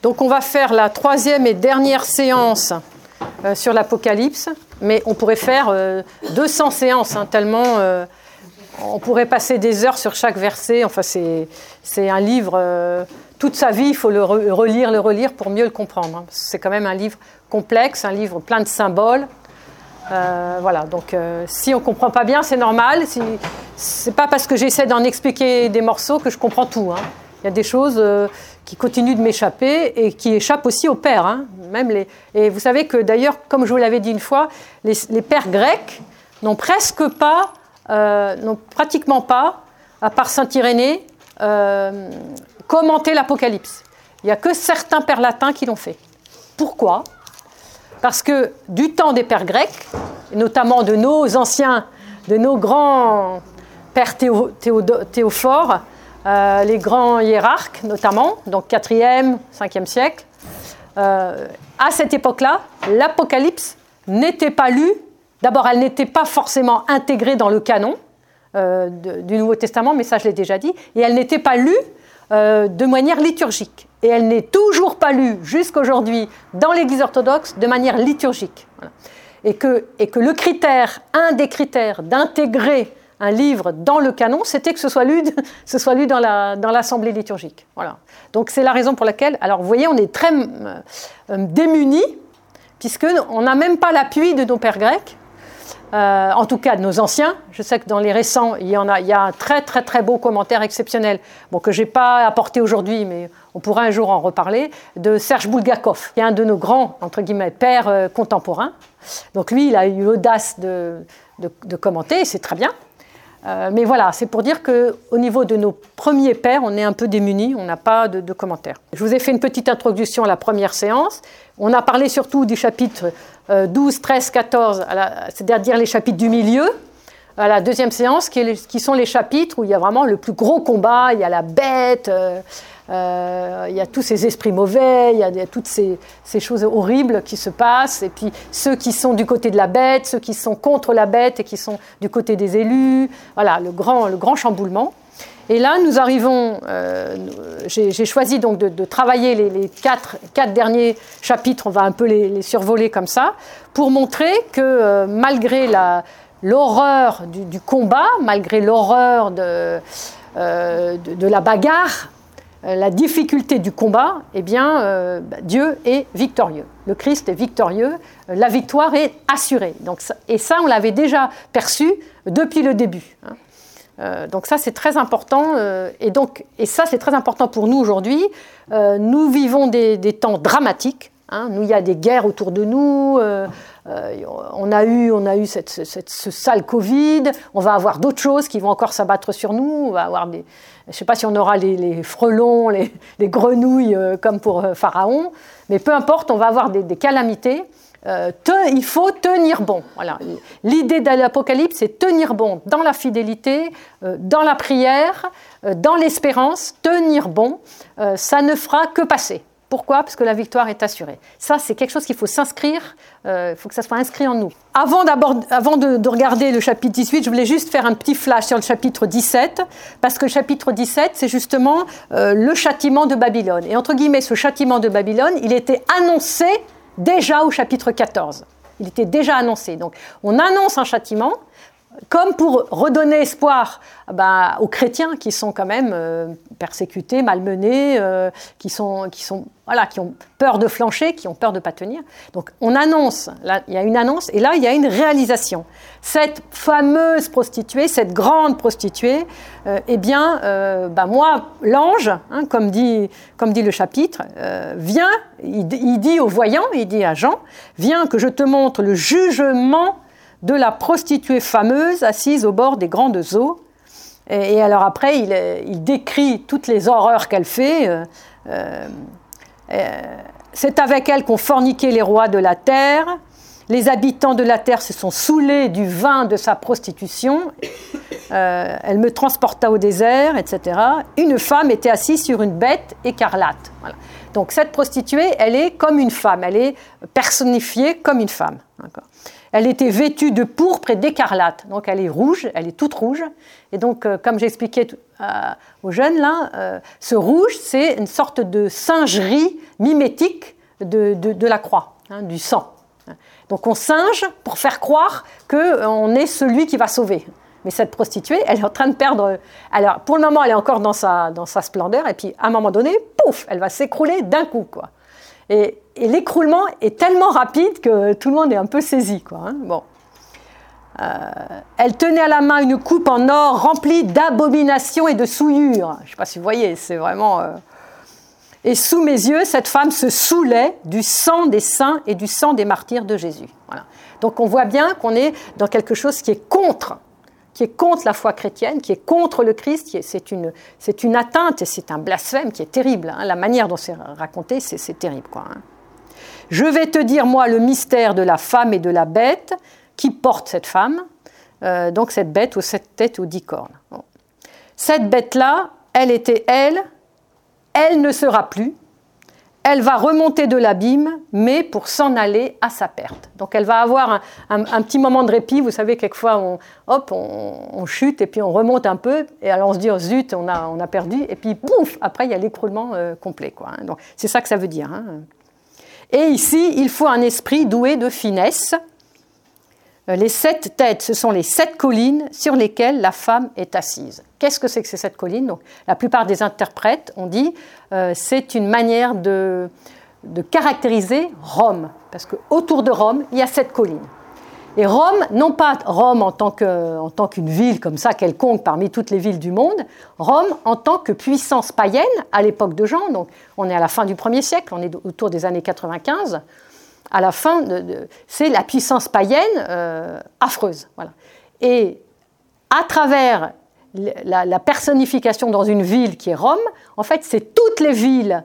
Donc on va faire la troisième et dernière séance sur l'Apocalypse, mais on pourrait faire 200 séances, tellement on pourrait passer des heures sur chaque verset. Enfin, c'est un livre, toute sa vie, il faut le relire pour mieux le comprendre. C'est quand même un livre complexe, un livre plein de symboles. Voilà, donc si on ne comprend pas bien, c'est normal. C'est pas parce que j'essaie d'en expliquer des morceaux que je comprends tout. Il y a des choses qui continuent de m'échapper et qui échappent aussi aux pères. Et vous savez que d'ailleurs, comme je vous l'avais dit une fois, les pères grecs n'ont pratiquement pas, à part saint Irénée, commenté l'Apocalypse. Il n'y a que certains pères latins qui l'ont fait. Pourquoi ? Parce que du temps des pères grecs, et notamment de nos anciens, de nos grands pères théophores, les grands hiérarques notamment, donc 4e, 5e siècle, à cette époque-là, l'Apocalypse n'était pas lue. D'abord, elle n'était pas forcément intégrée dans le canon du Nouveau Testament, mais ça je l'ai déjà dit, et elle n'était pas lue de manière liturgique. Et elle n'est toujours pas lue jusqu'aujourd'hui dans l'Église orthodoxe de manière liturgique. Voilà. Et que un des critères d'intégrer un livre dans le canon, c'était que ce soit lu dans l'assemblée liturgique. Voilà. Donc c'est la raison pour laquelle, alors vous voyez, on est très démunis, puisqu'on n'a même pas l'appui de nos pères grecs, en tout cas de nos anciens. Je sais que dans les récents, il y a un très très très beau commentaire exceptionnel, que je n'ai pas apporté aujourd'hui, mais on pourra un jour en reparler, de Serge Bulgakov, qui est un de nos grands, entre guillemets, pères contemporains. Donc lui, il a eu l'audace de commenter, et c'est très bien. Mais voilà, c'est pour dire qu'au niveau de nos premiers pères, on est un peu démunis, on n'a pas de commentaires. Je vous ai fait une petite introduction à la première séance. On a parlé surtout du chapitre 12, 13, 14, c'est-à-dire les chapitres du milieu, à la deuxième séance, qui sont les chapitres où il y a vraiment le plus gros combat, il y a la bête, il y a tous ces esprits mauvais, il y a toutes ces choses horribles qui se passent, et puis ceux qui sont du côté de la bête, ceux qui sont contre la bête et qui sont du côté des élus, voilà, le grand chamboulement. Et là, nous arrivons, j'ai choisi donc de travailler les quatre derniers chapitres, on va un peu les survoler comme ça, pour montrer que malgré l'horreur du combat, malgré l'horreur de la bagarre, la difficulté du combat, eh bien, Dieu est victorieux. Le Christ est victorieux, la victoire est assurée. Donc, et ça, on l'avait déjà perçu depuis le début. Donc ça, c'est très important. Et ça, c'est très important pour nous aujourd'hui. Nous vivons des temps dramatiques. Nous, il y a des guerres autour de nous. On a eu ce sale Covid. On va avoir d'autres choses qui vont encore s'abattre sur nous. On va avoir je ne sais pas si on aura les frelons, les grenouilles comme pour Pharaon. Mais peu importe, on va avoir des calamités. Il faut tenir bon. Voilà. L'idée de l'Apocalypse, c'est tenir bon dans la fidélité, dans la prière, dans l'espérance. Tenir bon, ça ne fera que passer. Pourquoi ? Parce que la victoire est assurée. Ça, c'est quelque chose qu'il faut s'inscrire, il faut que ça soit inscrit en nous. Avant de regarder le chapitre 18, je voulais juste faire un petit flash sur le chapitre 17, parce que le chapitre 17, c'est justement le châtiment de Babylone. Et entre guillemets, ce châtiment de Babylone, il était annoncé déjà au chapitre 14. Il était déjà annoncé. Donc, on annonce un châtiment, comme pour redonner espoir aux chrétiens qui sont quand même persécutés, malmenés, qui ont peur de flancher, qui ont peur de ne pas tenir. Donc on annonce, là il y a une annonce, et là il y a une réalisation. Cette fameuse prostituée, cette grande prostituée, moi, l'ange, comme dit le chapitre, vient, il dit au voyant, il dit à Jean, viens que je te montre le jugement de la prostituée fameuse assise au bord des grandes eaux. Et alors après, il décrit toutes les horreurs qu'elle fait. C'est avec elle qu'ont forniqué les rois de la terre. Les habitants de la terre se sont saoulés du vin de sa prostitution. Elle me transporta au désert, etc. Une femme était assise sur une bête écarlate. Voilà. Donc cette prostituée, elle est comme une femme, elle est personnifiée comme une femme. D'accord. Elle était vêtue de pourpre et d'écarlate, donc elle est rouge, elle est toute rouge. Et donc, comme j'expliquais aux jeunes, là, ce rouge, c'est une sorte de singerie mimétique de la croix, hein, du sang. Donc on singe pour faire croire qu'on est celui qui va sauver. Mais cette prostituée, elle est en train de perdre... Alors, pour le moment, elle est encore dans sa splendeur, et puis, à un moment donné, pouf, elle va s'écrouler d'un coup, quoi. Et l'écroulement est tellement rapide que tout le monde est un peu saisi, quoi. Hein. Bon. Elle tenait à la main une coupe en or remplie d'abominations et de souillures. Je ne sais pas si vous voyez, c'est vraiment... Et sous mes yeux, cette femme se saoulait du sang des saints et du sang des martyrs de Jésus. Voilà. Donc, on voit bien qu'on est dans quelque chose qui est contre la foi chrétienne, qui est contre le Christ, c'est une atteinte et c'est un blasphème qui est terrible. Hein. La manière dont c'est raconté, c'est terrible, quoi. Hein. Je vais te dire, moi, le mystère de la femme et de la bête qui porte cette femme, donc cette bête aux 7 têtes aux 10 cornes. Bon. Cette bête-là, elle était elle ne sera plus, elle va remonter de l'abîme, mais pour s'en aller à sa perte. Donc elle va avoir un petit moment de répit. Vous savez, quelquefois, on chute et puis on remonte un peu, et alors on se dit, oh zut, on a perdu, et puis pouf, après il y a l'écroulement complet, quoi. Hein. Donc c'est ça que ça veut dire. Hein. Et ici, il faut un esprit doué de finesse. Les 7 têtes, ce sont les 7 collines sur lesquelles la femme est assise. Qu'est-ce que c'est que ces 7 collines ? Donc, la plupart des interprètes ont dit c'est une manière de caractériser Rome, parce qu'autour de Rome, il y a 7 collines. Et Rome, non pas Rome en tant qu'une ville comme ça, quelconque parmi toutes les villes du monde, Rome en tant que puissance païenne à l'époque de Jean, donc on est à la fin du 1er siècle, on est autour des années 95, à la fin, c'est la puissance païenne affreuse. Voilà. Et à travers la personnification dans une ville qui est Rome, en fait, c'est toutes les villes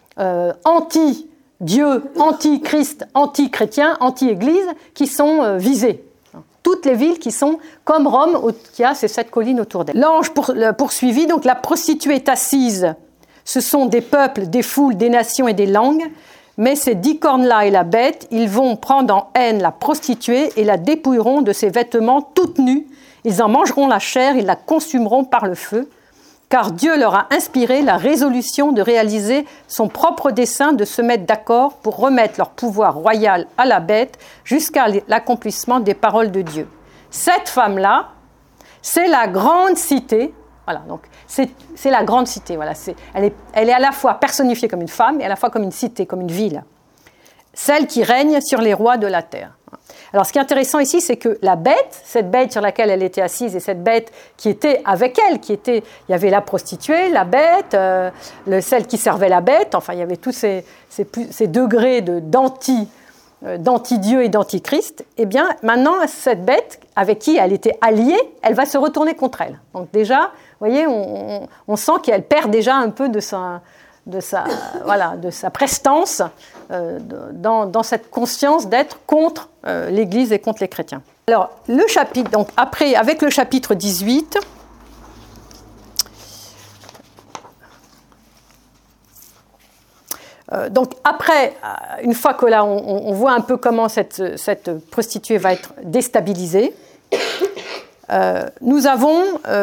anti-Dieu, anti-Christ, anti-chrétien, anti-Église qui sont visées. Toutes les villes qui sont comme Rome, qui a ces 7 collines autour d'elle. L'ange poursuivit, donc la prostituée est assise. Ce sont des peuples, des foules, des nations et des langues. Mais ces 10 cornes-là et la bête, ils vont prendre en haine la prostituée et la dépouilleront de ses vêtements toute nue. Ils en mangeront la chair, ils la consumeront par le feu, car Dieu leur a inspiré la résolution de réaliser son propre dessein, de se mettre d'accord pour remettre leur pouvoir royal à la bête jusqu'à l'accomplissement des paroles de Dieu. Cette femme-là, c'est la grande cité. Voilà, donc c'est la grande cité. Voilà, elle est à la fois personnifiée comme une femme et à la fois comme une cité, comme une ville. Celle qui règne sur les rois de la terre. Alors, ce qui est intéressant ici, c'est que la bête, cette bête sur laquelle elle était assise et cette bête qui était avec elle, il y avait la prostituée, la bête, celle qui servait la bête, enfin, il y avait tous ces degrés d'anti-Dieu et d'anti-Christ. Eh bien, maintenant, cette bête, avec qui elle était alliée, elle va se retourner contre elle. Donc déjà, vous voyez, on sent qu'elle perd déjà un peu de sa prestance dans cette conscience d'être contre l'Église et contre les chrétiens. Alors, le chapitre, donc après, avec le chapitre 18, donc après, une fois que là, on voit un peu comment cette prostituée va être déstabilisée, nous avons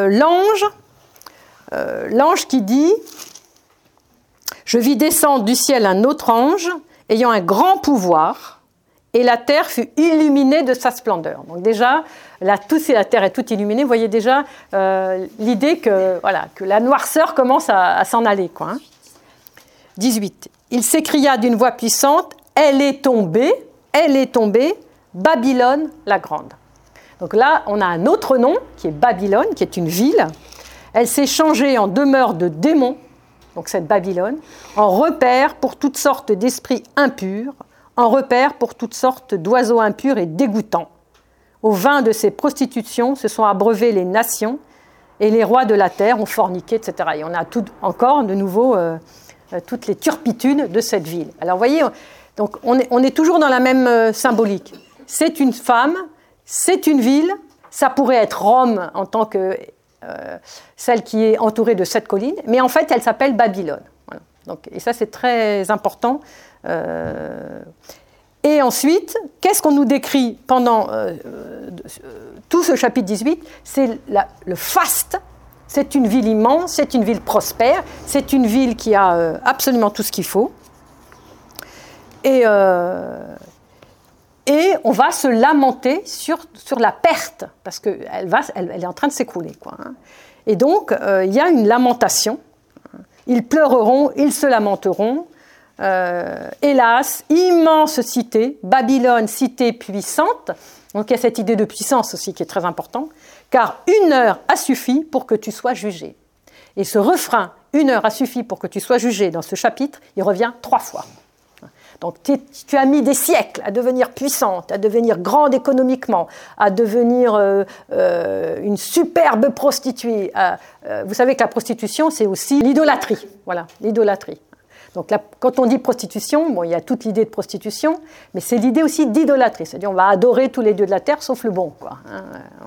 l'ange qui dit « Je vis descendre du ciel un autre ange, ayant un grand pouvoir, et la terre fut illuminée de sa splendeur. » Donc déjà, là, si la terre est toute illuminée, vous voyez déjà l'idée que la noirceur commence à s'en aller, quoi, hein. 18. Il s'écria d'une voix puissante, « Elle est tombée, Babylone la grande. » Donc là, on a un autre nom, qui est Babylone, qui est une ville. Elle s'est changée en demeure de démons, donc cette Babylone, en repère pour toutes sortes d'esprits impurs, en repère pour toutes sortes d'oiseaux impurs et dégoûtants. Au vin de ces prostitutions se sont abreuvées les nations, et les rois de la terre ont forniqué, etc. Et on a encore de nouveau toutes les turpitudes de cette ville. Alors vous voyez, donc on est toujours dans la même symbolique. C'est une femme, c'est une ville, ça pourrait être Rome en tant que celle qui est entourée de 7 collines, mais en fait, elle s'appelle Babylone. Voilà. Donc, et ça, c'est très important. Et ensuite, qu'est-ce qu'on nous décrit pendant tout ce chapitre 18 ? C'est le faste. C'est une ville immense, c'est une ville prospère, c'est une ville qui a absolument tout ce qu'il faut. Et on va se lamenter sur la perte, parce qu'elle est en train de s'écrouler, quoi, hein. Et donc, il y a une lamentation. Ils pleureront, ils se lamenteront. Hélas, immense cité, Babylone, cité puissante. Donc, il y a cette idée de puissance aussi qui est très importante. Car 1 heure a suffi pour que tu sois jugé. Et ce refrain, 1 heure a suffi pour que tu sois jugé, dans ce chapitre, il revient 3 fois. Donc tu as mis des siècles à devenir puissante, à devenir grande économiquement, à devenir une superbe prostituée. Vous savez que la prostitution, c'est aussi l'idolâtrie. Voilà, l'idolâtrie. Donc là, quand on dit prostitution, bon, il y a toute l'idée de prostitution, mais c'est l'idée aussi d'idolâtrie. C'est-à-dire on va adorer tous les dieux de la terre, sauf le bon, quoi, hein.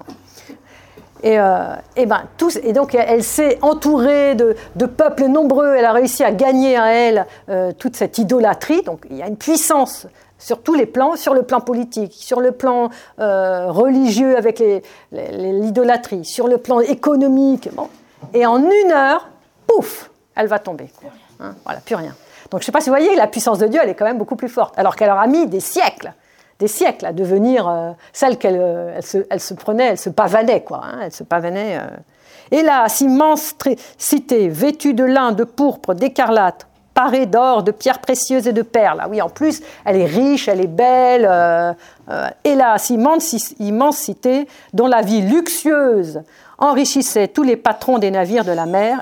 Et donc elle s'est entourée de peuples nombreux, elle a réussi à gagner à elle toute cette idolâtrie, donc il y a une puissance sur tous les plans, sur le plan politique, sur le plan religieux avec l'idolâtrie, sur le plan économique, bon. Et en 1 heure, pouf, elle va tomber, quoi, hein, voilà, plus rien. Donc je ne sais pas si vous voyez, la puissance de Dieu, elle est quand même beaucoup plus forte, alors qu'elle aura mis des siècles à devenir celle qu'elle se prenait, elle se pavanait, quoi, hein, elle se pavanait. Hélas, immense cité, vêtue de lin, de pourpre, d'écarlate, parée d'or, de pierres précieuses et de perles. Ah oui, en plus, elle est riche, elle est belle. Hélas, immense cité, dont la vie luxueuse enrichissait tous les patrons des navires de la mer.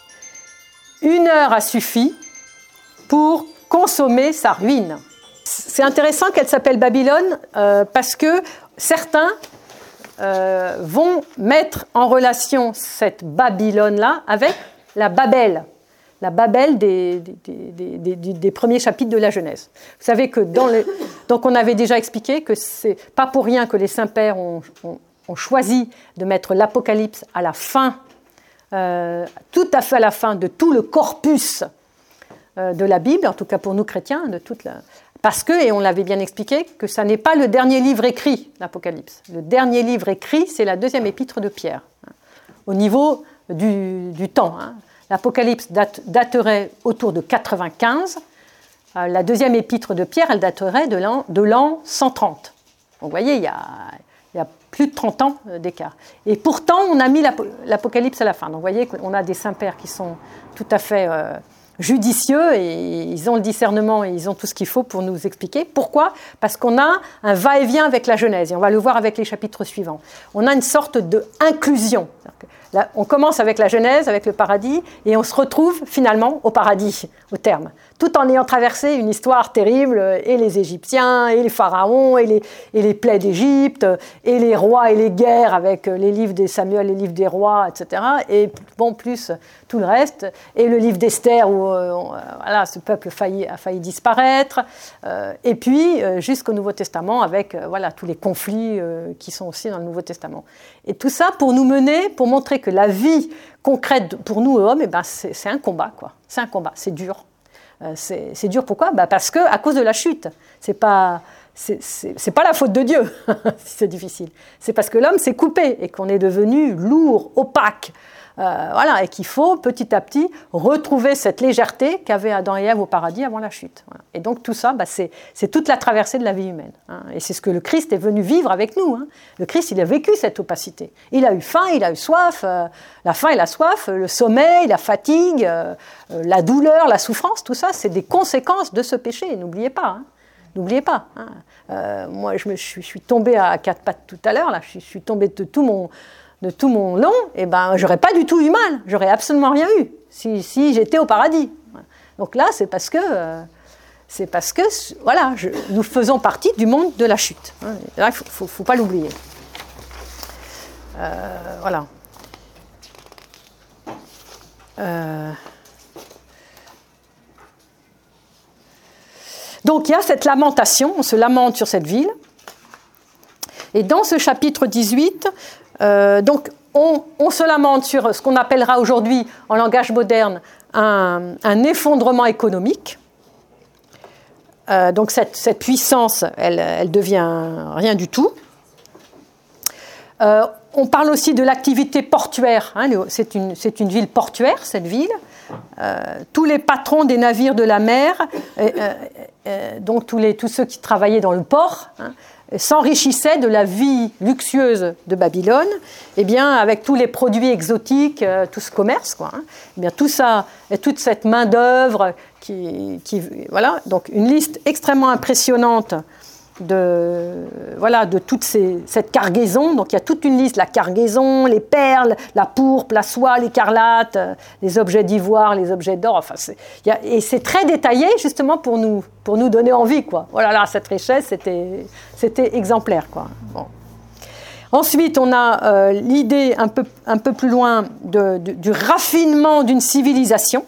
1 heure a suffi pour consommer sa ruine. C'est intéressant qu'elle s'appelle Babylone parce que certains vont mettre en relation cette Babylone-là avec la Babel des premiers chapitres de la Genèse. Vous savez que donc on avait déjà expliqué que c'est pas pour rien que les saints-pères ont choisi de mettre l'Apocalypse à la fin, tout à fait à la fin de tout le corpus de la Bible, en tout cas pour nous chrétiens, parce que, et on l'avait bien expliqué, que ça n'est pas le dernier livre écrit, l'Apocalypse. Le dernier livre écrit, c'est la 2e épître de Pierre, hein, au niveau du temps, hein. L'Apocalypse daterait autour de 95. La 2e épître de Pierre, elle daterait de l'an 130. Donc, vous voyez, il y a plus de 30 ans d'écart. Et pourtant, on a mis l'Apocalypse à la fin. Donc, vous voyez qu'on a des saints-pères qui sont tout à fait judicieux et ils ont le discernement et ils ont tout ce qu'il faut pour nous expliquer. Pourquoi ? Parce qu'on a un va-et-vient avec la Genèse et on va le voir avec les chapitres suivants. On a une sorte d'inclusion. Là, on commence avec la Genèse, avec le paradis, et on se retrouve finalement au paradis, au terme, tout en ayant traversé une histoire terrible, et les Égyptiens, et les pharaons, et les plaies d'Égypte, et les rois et les guerres avec les livres des Samuel, les livres des rois, etc., et bon, plus tout le reste, et le livre d'Esther où voilà, ce peuple a failli disparaître, et puis jusqu'au Nouveau Testament avec voilà, tous les conflits qui sont aussi dans le Nouveau Testament. Et tout ça pour nous mener, pour montrer que la vie concrète pour nous hommes, eh ben, c'est un combat, quoi. C'est un combat, c'est dur. C'est dur pourquoi ? Parce que à cause de la chute. C'est pas la faute de Dieu si c'est difficile. C'est parce que l'homme s'est coupé et qu'on est devenu lourd, opaque. Voilà, et qu'il faut petit à petit retrouver cette légèreté qu'avaient Adam et Ève au paradis avant la chute. Voilà. Et donc tout ça, c'est toute la traversée de la vie humaine, hein. Et c'est ce que le Christ est venu vivre avec nous, hein. Le Christ, il a vécu cette opacité. Il a eu faim, il a eu soif, la faim et la soif, le sommeil, la fatigue, la douleur, la souffrance, tout ça, c'est des conséquences de ce péché, n'oubliez pas, hein. N'oubliez pas, hein. Moi, je suis tombée à 4 pattes tout à l'heure, là, je suis tombée de tout mon long, et ben, j'aurais pas du tout eu mal, j'aurais absolument rien eu si j'étais au paradis. Donc là, c'est parce que voilà, nous faisons partie du monde de la chute. Là, il faut pas l'oublier. Voilà. Donc il y a cette lamentation, on se lamente sur cette ville. Et dans ce chapitre 18, donc on se lamente sur ce qu'on appellera aujourd'hui, en langage moderne, un effondrement économique. Donc cette puissance, elle devient rien du tout. On parle aussi de l'activité portuaire. Hein, c'est une ville portuaire, cette ville. Tous les patrons des navires de la mer, donc tous ceux qui travaillaient dans le port, hein, s'enrichissaient de la vie luxueuse de Babylone, et bien avec tous les produits exotiques, tout ce commerce, quoi, hein, et bien tout ça, et toute cette main d'œuvre voilà, donc une liste extrêmement impressionnante de toute cette cargaison. Donc il y a toute une liste, la cargaison, les perles, la pourpre, la soie, l'écarlate, les objets d'ivoire, les objets d'or. Enfin, et c'est très détaillé justement pour nous donner envie, quoi. Voilà, là, cette richesse, c'était exemplaire, quoi. Bon. Ensuite, on a l'idée un peu plus loin du raffinement d'une civilisation.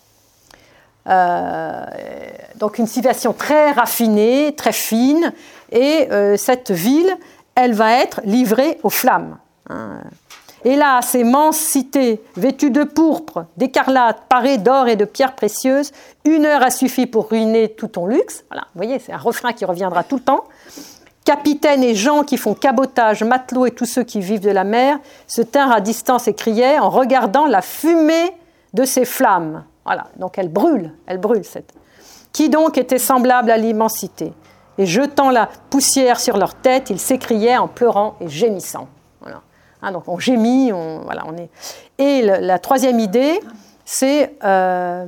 Donc une civilisation très raffinée, très fine, et cette ville, elle va être livrée aux flammes. Et là, ces immenses cités, vêtues de pourpre, d'écarlate, parées d'or et de pierres précieuses, 1 heure a suffi pour ruiner tout ton luxe. Voilà, vous voyez, c'est un refrain qui reviendra tout le temps. Capitaines et gens qui font cabotage, matelots et tous ceux qui vivent de la mer se tinrent à distance et criaient en regardant la fumée de ces flammes. Voilà, donc elle brûle cette. Qui donc était semblable à l'immensité. Et jetant la poussière sur leur tête, ils s'écriaient en pleurant et gémissant. Voilà. Hein, donc on gémit, on est. Et la troisième idée, c'est à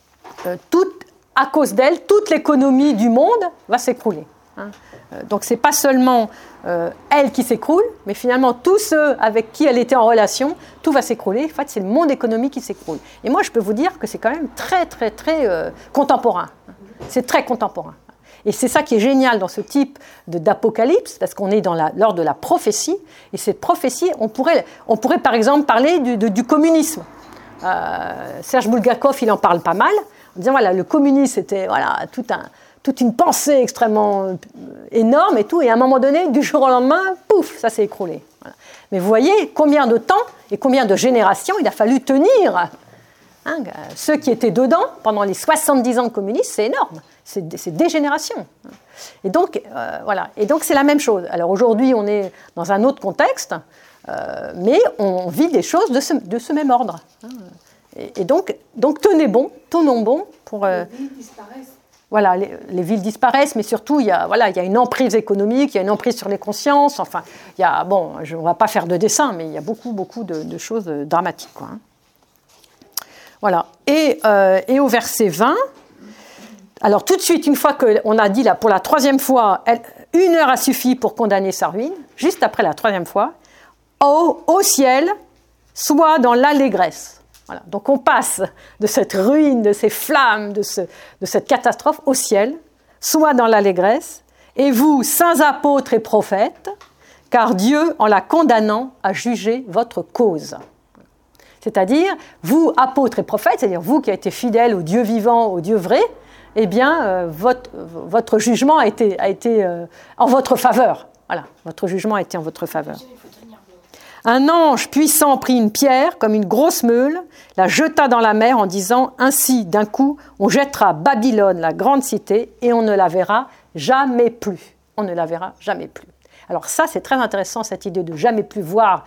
cause d'elle, toute l'économie du monde va s'écrouler. Hein. Donc c'est pas seulement elle qui s'écroule, mais finalement tous ceux avec qui elle était en relation, tout va s'écrouler. En fait, c'est le monde économique qui s'écroule. Et moi, je peux vous dire que c'est quand même très, très, très contemporain. C'est très contemporain. Et c'est ça qui est génial dans ce type d'apocalypse, parce qu'on est lors de la prophétie. Et cette prophétie, on pourrait par exemple parler du communisme. Serge Bulgakov, il en parle pas mal, en disant voilà, le communisme, c'était toute une pensée extrêmement énorme et tout, et à un moment donné, du jour au lendemain, pouf, ça s'est écroulé. Voilà. Mais vous voyez combien de temps et combien de générations il a fallu tenir. Hein, ceux qui étaient dedans pendant les 70 ans de communisme, c'est énorme, c'est des générations. Et donc, voilà. Et donc c'est la même chose. Alors aujourd'hui, on est dans un autre contexte, mais on vit des choses de ce même ordre. Et donc tenons bon pour... Les villes disparaissent. Voilà, les villes disparaissent, mais surtout, il y a une emprise économique, il y a une emprise sur les consciences. Enfin, on ne va pas faire de dessin, mais il y a beaucoup de choses dramatiques, quoi. Voilà. Et au verset 20, alors tout de suite, une fois qu'on a dit là, pour la troisième fois, 1 heure a suffi pour condamner sa ruine, juste après la troisième fois, au ciel, soit dans l'allégresse. Voilà. Donc on passe de cette ruine, de ces flammes, de cette catastrophe au ciel, soit dans l'allégresse, et vous, saints apôtres et prophètes, car Dieu, en la condamnant, a jugé votre cause. C'est-à-dire, vous, apôtres et prophètes, c'est-à-dire vous qui avez été fidèles au Dieu vivant, au Dieu vrai, eh bien, votre jugement a été en votre faveur. Voilà, votre jugement a été en votre faveur. Un ange puissant prit une pierre, comme une grosse meule, la jeta dans la mer en disant « Ainsi, d'un coup, on jettera Babylone, la grande cité, et on ne la verra jamais plus. » On ne la verra jamais plus. Alors ça, c'est très intéressant, cette idée de jamais plus voir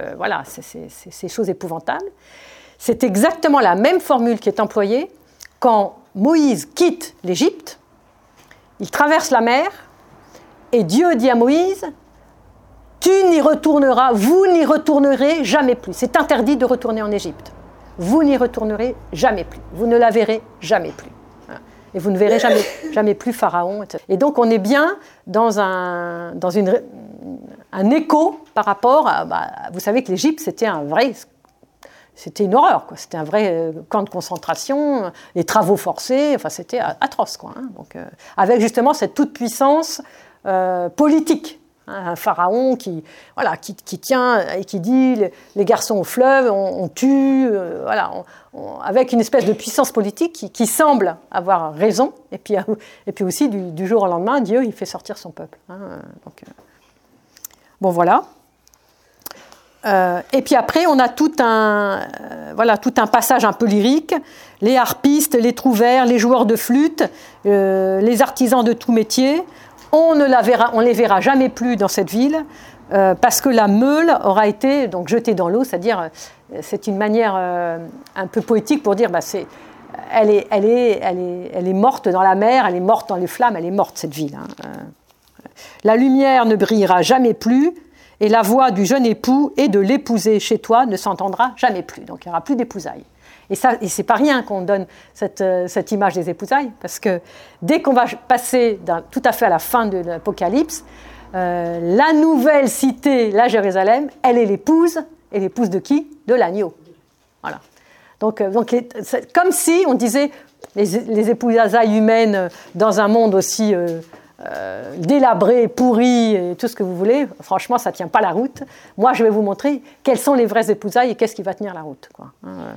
ces choses épouvantables. C'est exactement la même formule qui est employée quand Moïse quitte l'Égypte, il traverse la mer, et Dieu dit à Moïse « vous n'y retournerez jamais plus. C'est interdit de retourner en Égypte. Vous n'y retournerez jamais plus. Vous ne la verrez jamais plus. Et vous ne verrez jamais plus Pharaon. Etc. Et donc on est bien dans un écho par rapport à... vous savez que l'Égypte, c'était une horreur, quoi. C'était un vrai camp de concentration, les travaux forcés, enfin c'était atroce, quoi. Hein. Donc, avec justement cette toute-puissance politique. Un pharaon qui tient et qui dit les garçons au fleuve, on tue, avec une espèce de puissance politique qui semble avoir raison, et puis aussi du jour au lendemain, Dieu il fait sortir son peuple. Hein, donc, bon voilà. Et puis après, on a tout un passage un peu lyrique. Les harpistes, les trouvères, les joueurs de flûte, les artisans de tout métier. On les verra jamais plus dans cette ville parce que la meule aura été donc jetée dans l'eau. C'est-à-dire, c'est une manière un peu poétique pour dire, elle est morte dans la mer, elle est morte dans les flammes, elle est morte cette ville. La lumière ne brillera jamais plus. Et la voix du jeune époux et de l'épousée chez toi ne s'entendra jamais plus. Donc il n'y aura plus d'épousailles. Et c'est pas rien qu'on donne cette image des épousailles, parce que dès qu'on va passer tout à fait à la fin de l'Apocalypse, la nouvelle cité, la Jérusalem, elle est l'épouse. Et l'épouse de qui ? De l'agneau. Voilà. Donc c'est comme si on disait les épousailles humaines dans un monde aussi... délabré, pourri, et tout ce que vous voulez, franchement, ça ne tient pas la route. Moi, je vais vous montrer quelles sont les vraies épousailles et qu'est-ce qui va tenir la route, quoi.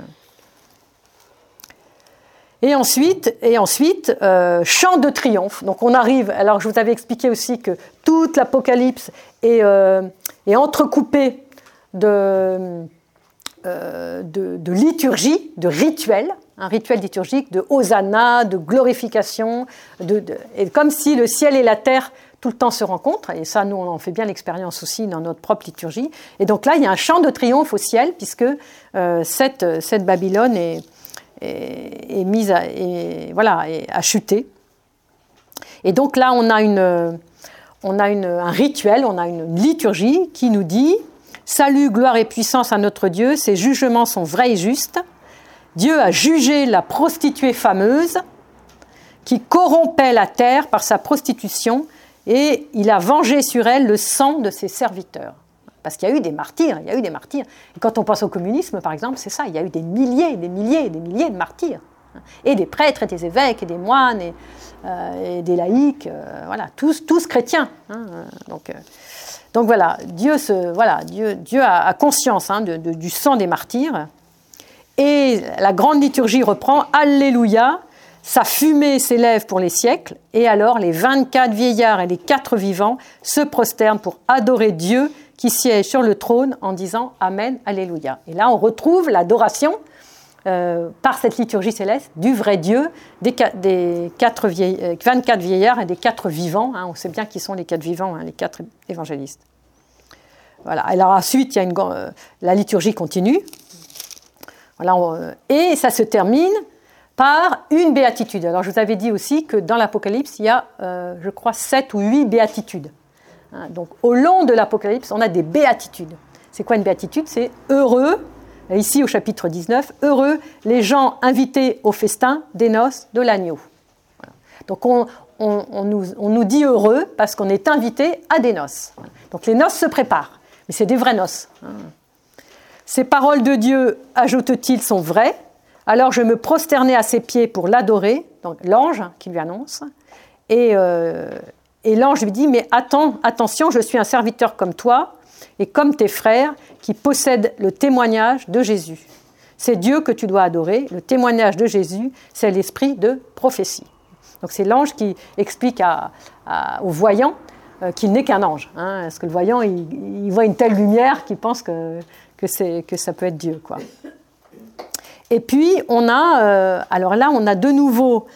Et ensuite, chant de triomphe. Donc, on arrive... Alors, je vous avais expliqué aussi que toute l'Apocalypse est entrecoupée de liturgie, de rituels, un rituel liturgique de hosanna, de glorification, et comme si le ciel et la terre tout le temps se rencontrent, et ça nous on en fait bien l'expérience aussi dans notre propre liturgie, et donc là il y a un chant de triomphe au ciel puisque cette Babylone est mise a chuté, et donc là on a un rituel, on a une liturgie qui nous dit: salut, gloire et puissance à notre Dieu, ses jugements sont vrais et justes. Dieu a jugé la prostituée fameuse qui corrompait la terre par sa prostitution, et il a vengé sur elle le sang de ses serviteurs. Parce qu'il y a eu des martyrs, Et quand on pense au communisme, par exemple, c'est ça, il y a eu des milliers de martyrs. Et des prêtres, et des évêques, et des moines, et des laïcs, tous chrétiens. Donc voilà, Dieu a conscience du sang des martyrs. Et la grande liturgie reprend: Alléluia, sa fumée s'élève pour les siècles. Et alors les 24 vieillards et les 4 vivants se prosternent pour adorer Dieu qui siège sur le trône en disant Amen, Alléluia. Et là on retrouve l'adoration par cette liturgie céleste du vrai Dieu, des 24 vieillards et des 4 vivants. On sait bien qui sont les 4 vivants, les 4 évangélistes. Voilà. Alors ensuite, la liturgie continue. Et ça se termine par une béatitude. Alors je vous avais dit aussi que dans l'Apocalypse, il y a, je crois, 7 ou 8 béatitudes. Donc au long de l'Apocalypse, on a des béatitudes. C'est quoi une béatitude ? C'est heureux, ici au chapitre 19, heureux les gens invités au festin des noces de l'agneau. Voilà. Donc on nous dit heureux parce qu'on est invité à des noces. Donc les noces se préparent, mais c'est des vraies noces. Ces paroles de Dieu, ajoute-t-il, sont vraies. Alors je me prosternai à ses pieds pour l'adorer, donc l'ange qui lui annonce. Et l'ange lui dit: mais attention, je suis un serviteur comme toi et comme tes frères qui possèdent le témoignage de Jésus. C'est Dieu que tu dois adorer. Le témoignage de Jésus, c'est l'esprit de prophétie. Donc c'est l'ange qui explique au voyant qu'il n'est qu'un ange. Parce que le voyant, il voit une telle lumière qu'il pense que ça peut être Dieu, quoi. Et puis on a de nouveau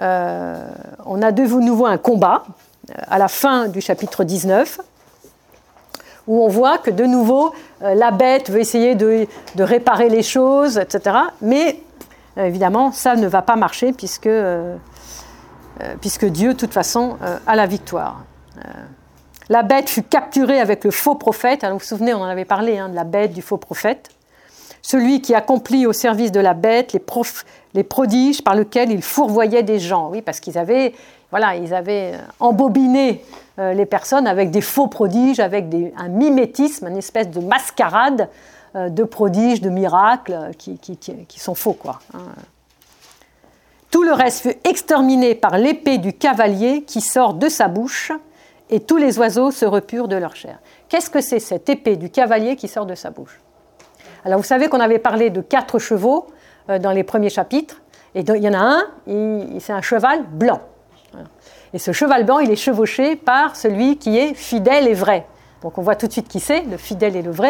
un combat à la fin du chapitre 19, où on voit que de nouveau la bête veut essayer de réparer les choses, etc. Mais évidemment ça ne va pas marcher puisque Dieu de toute façon a la victoire. La bête fut capturée avec le faux prophète. Alors vous vous souvenez, on en avait parlé, de la bête, du faux prophète. Celui qui accomplit au service de la bête les prodiges par lesquels il fourvoyait des gens. Oui, parce qu'ils avaient embobiné les personnes avec des faux prodiges, avec un mimétisme, une espèce de mascarade de prodiges, de miracles qui sont faux, quoi. Tout le reste fut exterminé par l'épée du cavalier qui sort de sa bouche, et tous les oiseaux se repurent de leur chair. Qu'est-ce que c'est cette épée du cavalier qui sort de sa bouche ? Alors vous savez qu'on avait parlé de 4 chevaux dans les premiers chapitres, et il y en a un, c'est un cheval blanc. Et ce cheval blanc, il est chevauché par celui qui est fidèle et vrai. Donc on voit tout de suite qui c'est, le fidèle et le vrai,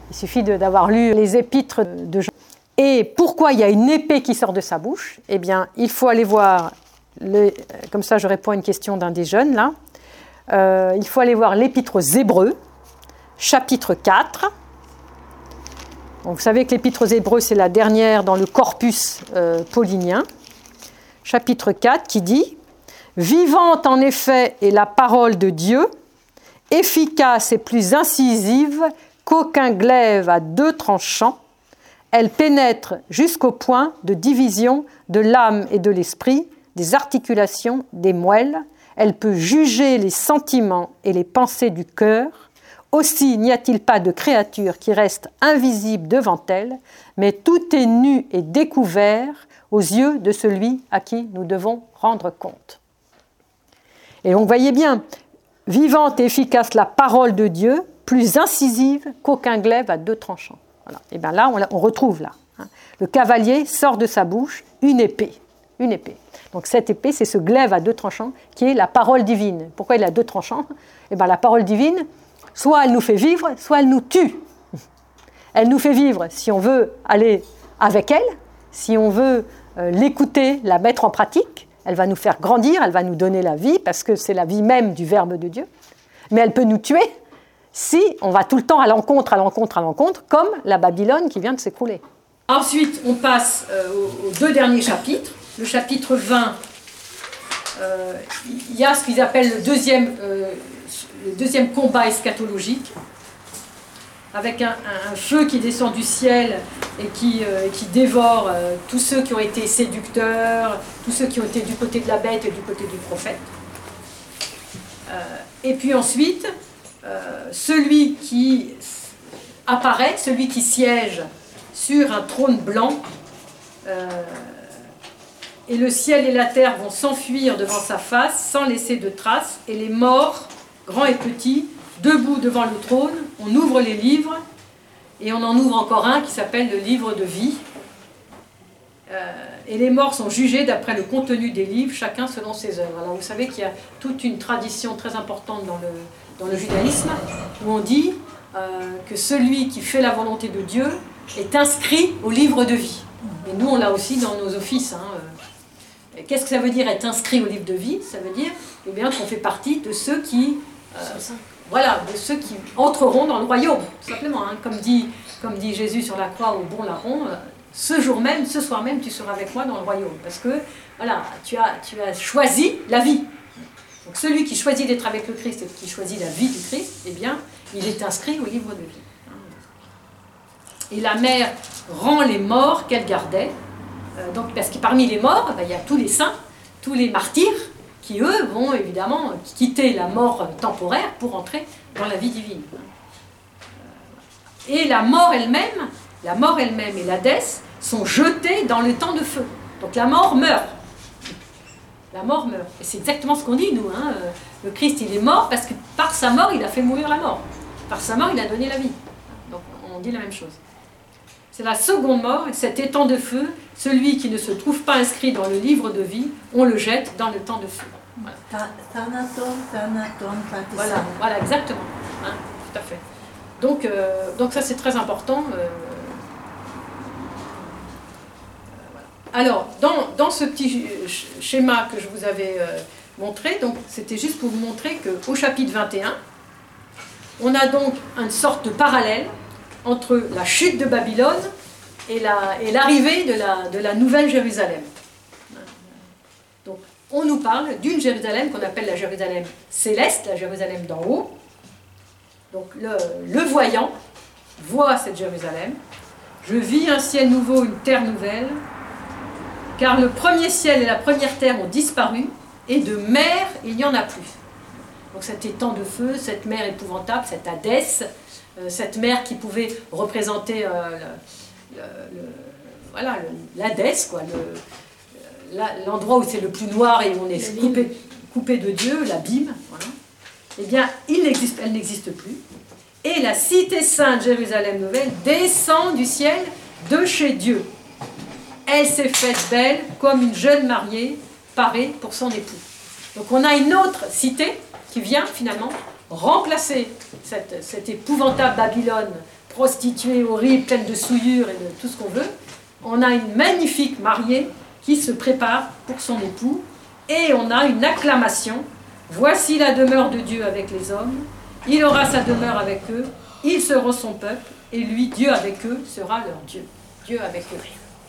Il suffit d'avoir lu les épîtres de Jean. Et pourquoi il y a une épée qui sort de sa bouche? Eh bien, il faut aller voir, comme ça je réponds à une question d'un des jeunes, là. Il faut aller voir l'épître aux Hébreux, chapitre 4. Donc, vous savez que l'épître aux Hébreux, c'est la dernière dans le corpus paulinien. Chapitre 4 qui dit « Vivante en effet est la parole de Dieu, efficace et plus incisive qu'aucun glaive à deux tranchants. Elle pénètre jusqu'au point de division de l'âme et de l'esprit, des articulations, des moelles. Elle peut juger les sentiments et les pensées du cœur. Aussi n'y a-t-il pas de créature qui reste invisible devant elle, mais tout est nu et découvert aux yeux de celui à qui nous devons rendre compte. » Et donc, voyez bien, vivante et efficace la parole de Dieu, plus incisive qu'aucun glaive à deux tranchants. Voilà. Et bien là, on retrouve là. Le cavalier sort de sa bouche une épée. Une épée. Donc cette épée, c'est ce glaive à deux tranchants qui est la parole divine. Pourquoi il a deux tranchants? Eh bien la parole divine, soit elle nous fait vivre, soit elle nous tue. Elle nous fait vivre si on veut aller avec elle, si on veut l'écouter, la mettre en pratique. Elle va nous faire grandir, elle va nous donner la vie, parce que c'est la vie même du Verbe de Dieu. Mais elle peut nous tuer si on va tout le temps à l'encontre, comme la Babylone qui vient de s'écrouler. Ensuite, on passe aux deux derniers chapitres. Le chapitre 20, il y a ce qu'ils appellent le deuxième combat eschatologique, avec un feu qui descend du ciel et qui dévore tous ceux qui ont été séducteurs, tous ceux qui ont été du côté de la bête et du côté du prophète. Et puis ensuite, celui qui apparaît, celui qui siège sur un trône blanc, et le ciel et la terre vont s'enfuir devant sa face sans laisser de traces, et les morts, grands et petits, debout devant le trône, on ouvre les livres, et on en ouvre encore un qui s'appelle le livre de vie. Et les morts sont jugés d'après le contenu des livres, chacun selon ses œuvres. Alors vous savez qu'il y a toute une tradition très importante dans le judaïsme, où on dit que celui qui fait la volonté de Dieu est inscrit au livre de vie. Et nous, on l'a aussi dans nos offices. Qu'est-ce que ça veut dire être inscrit au livre de vie? Ça veut dire qu'on fait partie de ceux qui... de ceux qui entreront dans le royaume, tout simplement. Comme dit Jésus sur la croix au bon larron, ce jour même, ce soir même, tu seras avec moi dans le royaume. Parce que, tu as choisi la vie. Donc celui qui choisit d'être avec le Christ et qui choisit la vie du Christ, il est inscrit au livre de vie. Et la mère rend les morts qu'elle gardait. Parce que parmi les morts, il y a tous les saints, tous les martyrs, qui eux vont évidemment quitter la mort temporaire pour entrer dans la vie divine. Et la mort elle-même et l'Hadès sont jetés dans le temps de feu. Donc la mort meurt. La mort meurt. Et c'est exactement ce qu'on dit, nous. Le Christ, il est mort parce que par sa mort, il a fait mourir la mort. Par sa mort, il a donné la vie. Donc on dit la même chose. C'est la seconde mort, et cet étang de feu, celui qui ne se trouve pas inscrit dans le livre de vie, on le jette dans le temps de feu. Voilà, exactement. Tout à fait. Donc ça, c'est très important. Alors, dans ce petit schéma que je vous avais montré, donc c'était juste pour vous montrer qu'au chapitre 21, on a donc une sorte de parallèle entre la chute de Babylone et l'arrivée de la nouvelle Jérusalem. Donc, on nous parle d'une Jérusalem qu'on appelle la Jérusalem céleste, la Jérusalem d'en haut. Donc, le voyant voit cette Jérusalem. Je vis un ciel nouveau, une terre nouvelle, car le premier ciel et la première terre ont disparu, et de mer, il n'y en a plus. Donc, cet étang de feu, cette mer épouvantable, cette Hadès, cette mer qui pouvait représenter l'Hadès, l'endroit où c'est le plus noir et où on est coupé de Dieu, l'abîme, voilà. Eh bien, elle n'existe plus. Et la cité sainte Jérusalem nouvelle descend du ciel de chez Dieu. Elle s'est faite belle comme une jeune mariée parée pour son époux. Donc on a une autre cité qui vient finalement remplacer cette épouvantable Babylone prostituée horrible, pleine de souillure et de tout ce qu'on veut. On a une magnifique mariée qui se prépare pour son époux et on a une acclamation. Voici la demeure de Dieu avec les hommes, il aura sa demeure avec eux, ils seront son peuple et lui, Dieu avec eux, sera leur Dieu. Dieu avec eux.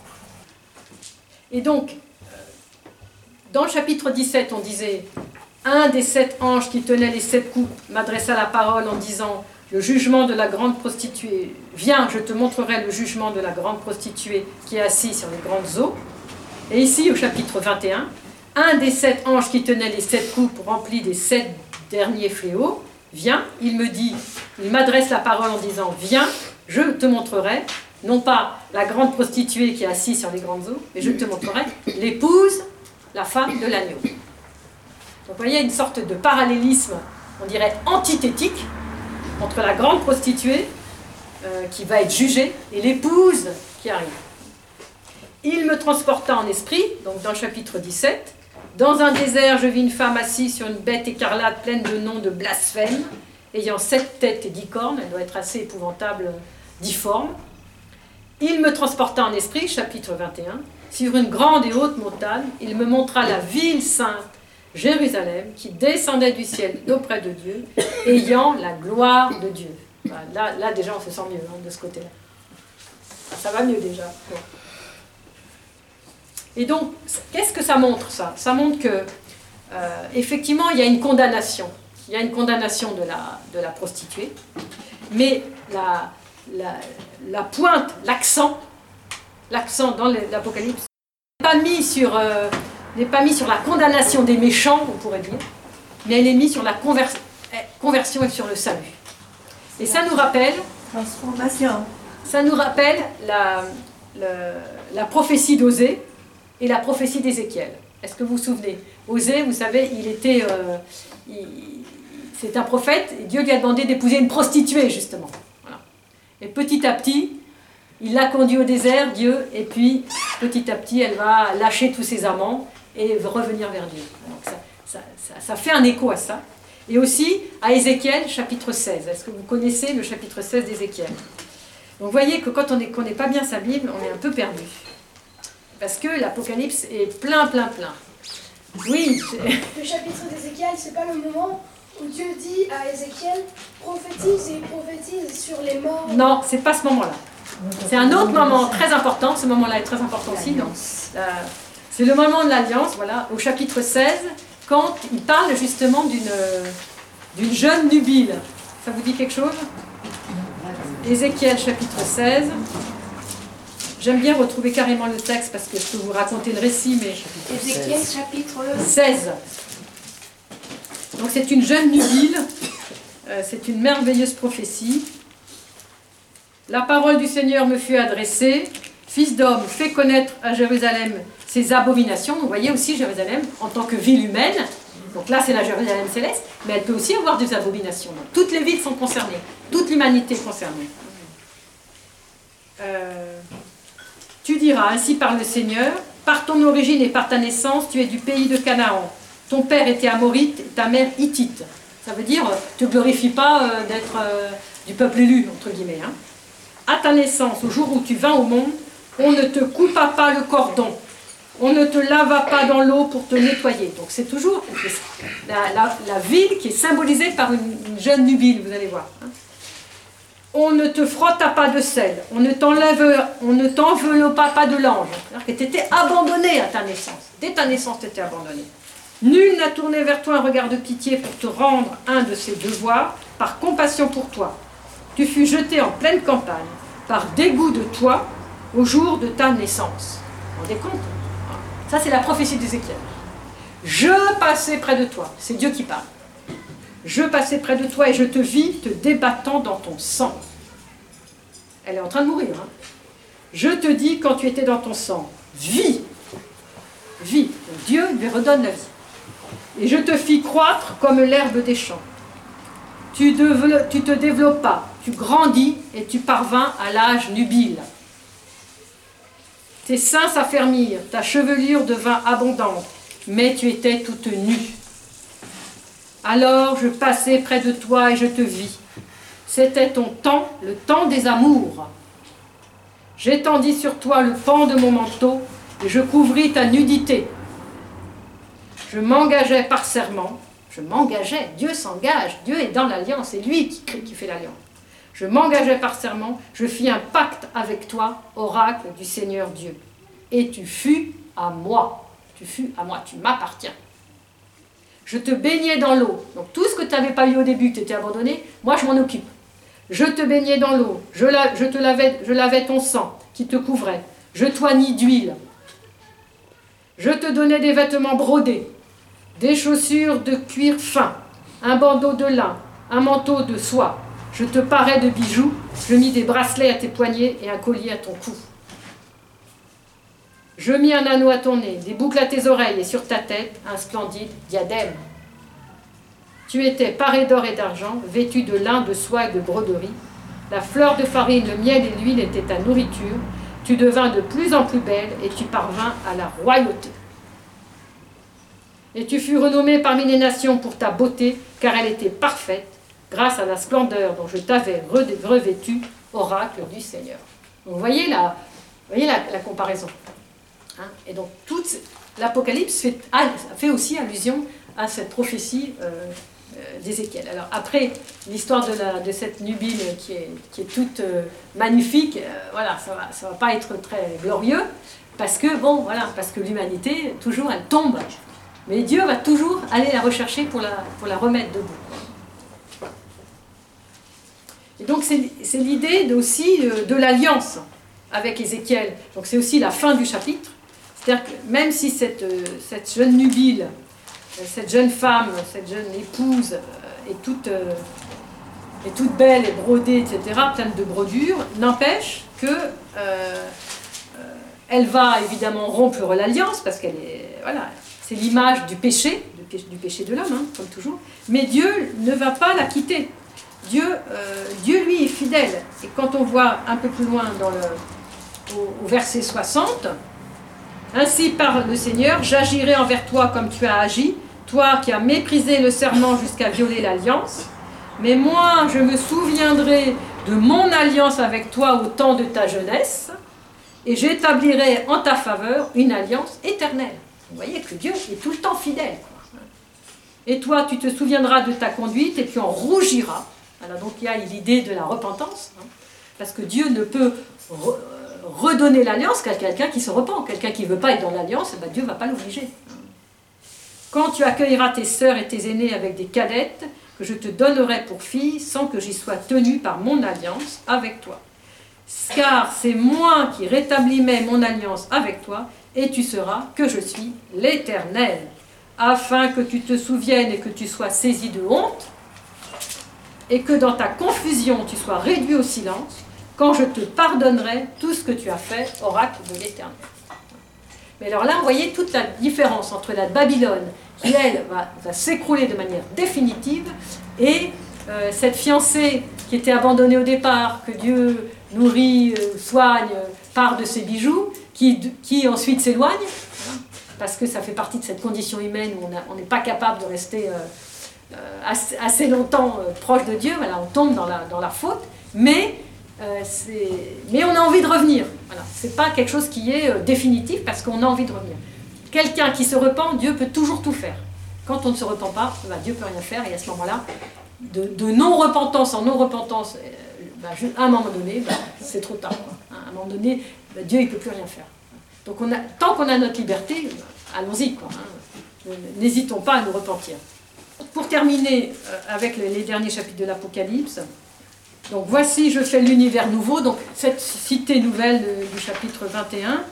Et donc, dans le chapitre 17, on disait un des 7 anges qui tenait les 7 coupes m'adressa la parole en disant le jugement de la grande prostituée, viens, je te montrerai le jugement de la grande prostituée qui est assise sur les grandes eaux. Et ici, au chapitre 21, un des 7 anges qui tenait les 7 coupes remplies des 7 derniers fléaux, vient, il me dit, il m'adresse la parole en disant, viens, je te montrerai, non pas la grande prostituée qui est assise sur les grandes eaux, mais je te montrerai l'épouse, la femme de l'agneau. Donc vous voyez, il y a une sorte de parallélisme, on dirait antithétique, entre la grande prostituée qui va être jugée et l'épouse qui arrive. Il me transporta en esprit, donc dans le chapitre 17, dans un désert, je vis une femme assise sur une bête écarlate pleine de noms de blasphème, ayant 7 têtes et 10 cornes, elle doit être assez épouvantable, difforme. Il me transporta en esprit, chapitre 21, sur une grande et haute montagne, il me montra la ville sainte, Jérusalem, qui descendait du ciel d'auprès de Dieu, ayant la gloire de Dieu. Là déjà, on se sent mieux de ce côté-là. Ça va mieux déjà. Bon. Et donc, qu'est-ce que ça montre, ça? Ça montre que, effectivement, il y a une condamnation. Il y a une condamnation de la prostituée, mais la pointe, l'accent dans l'Apocalypse n'est pas mis sur la condamnation des méchants, on pourrait dire, mais elle est mise sur la conversion et sur le salut. Et ça nous rappelle... Transformation. Ça nous rappelle la prophétie d'Osée et la prophétie d'Ézéchiel. Est-ce que vous vous souvenez? Osée, vous savez, c'est un prophète, et Dieu lui a demandé d'épouser une prostituée, justement. Voilà. Et petit à petit, il l'a conduit au désert, Dieu, et puis petit à petit, elle va lâcher tous ses amants et revenir vers Dieu. Donc ça fait un écho à ça. Et aussi à Ézéchiel, chapitre 16. Est-ce que vous connaissez le chapitre 16 d'Ézéchiel? Donc vous voyez que quand on ne connaît pas bien sa Bible, on est un peu perdu. Parce que l'Apocalypse est plein. Oui. Le chapitre d'Ézéchiel, c'est pas le moment où Dieu dit à Ézéchiel, prophétise sur les morts. Non, c'est pas ce moment-là. C'est un autre moment très important. Ce moment-là est très important aussi. C'est le moment de l'Alliance, voilà, au chapitre 16, quand il parle justement d'une jeune nubile. Ça vous dit quelque chose? Ézéchiel chapitre 16. J'aime bien retrouver carrément le texte parce que je peux vous raconter le récit, mais... Ézéchiel chapitre 16. Donc c'est une jeune nubile, c'est une merveilleuse prophétie. La parole du Seigneur me fut adressée. Fils d'homme, fais connaître à Jérusalem ses abominations. Vous voyez aussi Jérusalem en tant que ville humaine. Donc là, c'est la Jérusalem céleste, mais elle peut aussi avoir des abominations. Donc, toutes les villes sont concernées, toute l'humanité est concernée. Tu diras, ainsi parle le Seigneur, par ton origine et par ta naissance, tu es du pays de Canaan. Ton père était amorite, ta mère hittite. Ça veut dire, ne te glorifie pas d'être du peuple élu, entre guillemets. Hein. À ta naissance, au jour où tu vins au monde, on ne te coupa pas le cordon. On ne te lava pas dans l'eau pour te nettoyer. Donc c'est toujours la ville qui est symbolisée par une jeune nubile, vous allez voir. Hein. On ne te frotta pas de sel, on ne t'enveloppa pas de l'ange. C'est-à-dire que tu étais abandonné à ta naissance. Dès ta naissance, tu étais abandonné. Nul n'a tourné vers toi un regard de pitié pour te rendre un de ses devoirs, par compassion pour toi. Tu fus jeté en pleine campagne, par dégoût de toi, au jour de ta naissance. Vous vous rendez compte? Ça, c'est la prophétie d'Ézéchiel. Je passais près de toi. C'est Dieu qui parle. Je passais près de toi et je te vis te débattant dans ton sang. Elle est en train de mourir. Hein. Je te dis, quand tu étais dans ton sang, vis. Vis. Donc Dieu lui redonne la vie. Et je te fis croître comme l'herbe des champs. Tu te développas, tu grandis et tu parvins à l'âge nubile. Tes seins s'affermirent, ta chevelure devint abondante, mais tu étais toute nue. Alors je passai près de toi et je te vis. C'était ton temps, le temps des amours. J'étendis sur toi le pan de mon manteau et je couvris ta nudité. Je m'engageais par serment. Je m'engageais, Dieu s'engage, Dieu est dans l'alliance, c'est lui qui fait l'alliance. Je m'engageais par serment, je fis un pacte avec toi, oracle du Seigneur Dieu. Et tu fus à moi, tu m'appartiens. Je te baignais dans l'eau, donc tout ce que tu n'avais pas eu au début, tu étais abandonné, moi je m'en occupe. Je te baignais dans l'eau, je lavais ton sang qui te couvrait, je t'oignis d'huile. Je te donnais des vêtements brodés, des chaussures de cuir fin, un bandeau de lin, un manteau de soie. Je te parais de bijoux, je mis des bracelets à tes poignets et un collier à ton cou. Je mis un anneau à ton nez, des boucles à tes oreilles et sur ta tête un splendide diadème. Tu étais paré d'or et d'argent, vêtu de lin, de soie et de broderie. La fleur de farine, le miel et l'huile étaient ta nourriture. Tu devins de plus en plus belle et tu parvins à la royauté. Et tu fus renommée parmi les nations pour ta beauté, car elle était parfaite, grâce à la splendeur dont je t'avais revêtu, oracle du Seigneur. Donc, vous voyez la comparaison. Hein, et donc, toute l'Apocalypse fait aussi allusion à cette prophétie d'Ézéchiel. Alors, après, l'histoire de cette nubile qui est toute magnifique, voilà, ça va pas être très glorieux, parce que l'humanité, toujours, elle tombe. Mais Dieu va toujours aller la rechercher pour la remettre debout. Et donc c'est l'idée aussi de l'alliance avec Ézéchiel. Donc c'est aussi la fin du chapitre. C'est-à-dire que même si cette jeune nubile, cette jeune femme, cette jeune épouse est toute belle et brodée, etc., pleine de brodures, n'empêche que elle va évidemment rompre l'alliance parce qu'elle est... Voilà, c'est l'image du péché de l'homme, hein, comme toujours. Mais Dieu ne va pas la quitter. Dieu, lui, est fidèle. Et quand on voit un peu plus loin au verset 60, « Ainsi parle le Seigneur, j'agirai envers toi comme tu as agi, toi qui as méprisé le serment jusqu'à violer l'alliance. Mais moi, je me souviendrai de mon alliance avec toi au temps de ta jeunesse, et j'établirai en ta faveur une alliance éternelle. » Vous voyez que Dieu est tout le temps fidèle. Et toi, tu te souviendras de ta conduite et tu en rougiras. Alors donc il y a l'idée de la repentance, hein, parce que Dieu ne peut redonner l'alliance qu'à quelqu'un qui se repent. Quelqu'un qui ne veut pas être dans l'alliance, ben Dieu ne va pas l'obliger. Quand tu accueilleras tes sœurs et tes aînés avec des cadettes, que je te donnerai pour filles, sans que j'y sois tenu par mon alliance avec toi. Car c'est moi qui rétablis mon alliance avec toi, et tu sauras que je suis l'Éternel, afin que tu te souviennes et que tu sois saisi de honte, et que dans ta confusion tu sois réduit au silence, quand je te pardonnerai tout ce que tu as fait, oracle de l'Éternel. Mais alors là, vous voyez toute la différence entre la Babylone, qui elle va s'écrouler de manière définitive, et cette fiancée qui était abandonnée au départ, que Dieu nourrit, soigne, part de ses bijoux, qui ensuite s'éloigne, parce que ça fait partie de cette condition humaine où on n'est pas capable de rester assez longtemps proche de Dieu. Voilà, on tombe dans la faute, mais on a envie de revenir. Voilà, c'est pas quelque chose qui est définitif parce qu'on a envie de revenir. Quelqu'un qui se repent, Dieu peut toujours tout faire. Quand on ne se repent pas, Dieu peut rien faire, et à ce moment-là, de non-repentance en non-repentance, à un moment donné, c'est trop tard. À un moment donné, Dieu ne peut plus rien faire. Donc tant qu'on a notre liberté, allons-y. N'hésitons pas à nous repentir. Pour terminer avec les derniers chapitres de l'Apocalypse, donc voici, je fais l'univers nouveau. Donc cette cité nouvelle du chapitre 21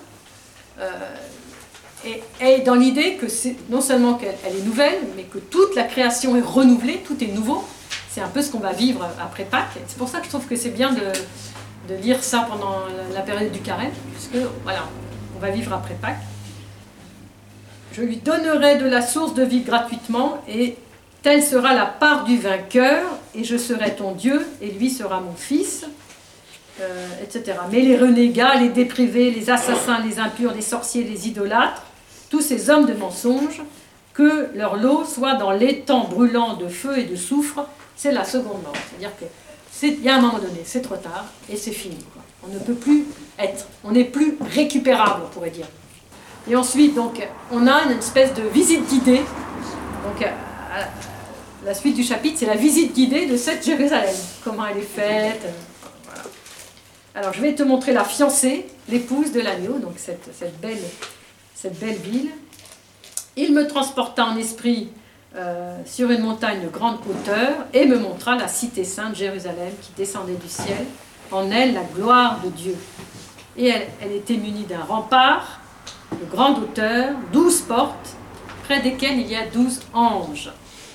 est dans l'idée que non seulement qu'elle est nouvelle, mais que toute la création est renouvelée, tout est nouveau. C'est un peu ce qu'on va vivre après Pâques. C'est pour ça que je trouve que c'est bien de lire ça pendant la période du carême, puisque voilà, on va vivre après Pâques. Je lui donnerai de la source de vie gratuitement, et telle sera la part du vainqueur, et je serai ton Dieu, et lui sera mon fils, etc. Mais les renégats, les dépravés, les assassins, les impurs, les sorciers, les idolâtres, tous ces hommes de mensonges, que leur lot soit dans l'étang brûlant de feu et de soufre, c'est la seconde mort. C'est-à-dire que il y a un moment donné, c'est trop tard, et c'est fini, quoi. On ne peut plus être, on n'est plus récupérable, on pourrait dire. Et ensuite, donc, on a une espèce de visite guidée. Donc, la suite du chapitre, c'est la visite guidée de cette Jérusalem. Comment elle est faite. Voilà. Alors, je vais te montrer la fiancée, l'épouse de l'agneau, donc cette belle ville. Il me transporta en esprit sur une montagne de grande hauteur et me montra la cité sainte Jérusalem qui descendait du ciel, en elle la gloire de Dieu. Et elle était munie d'un rempart de grande hauteur, 12 portes, près desquelles il y a 12 anges.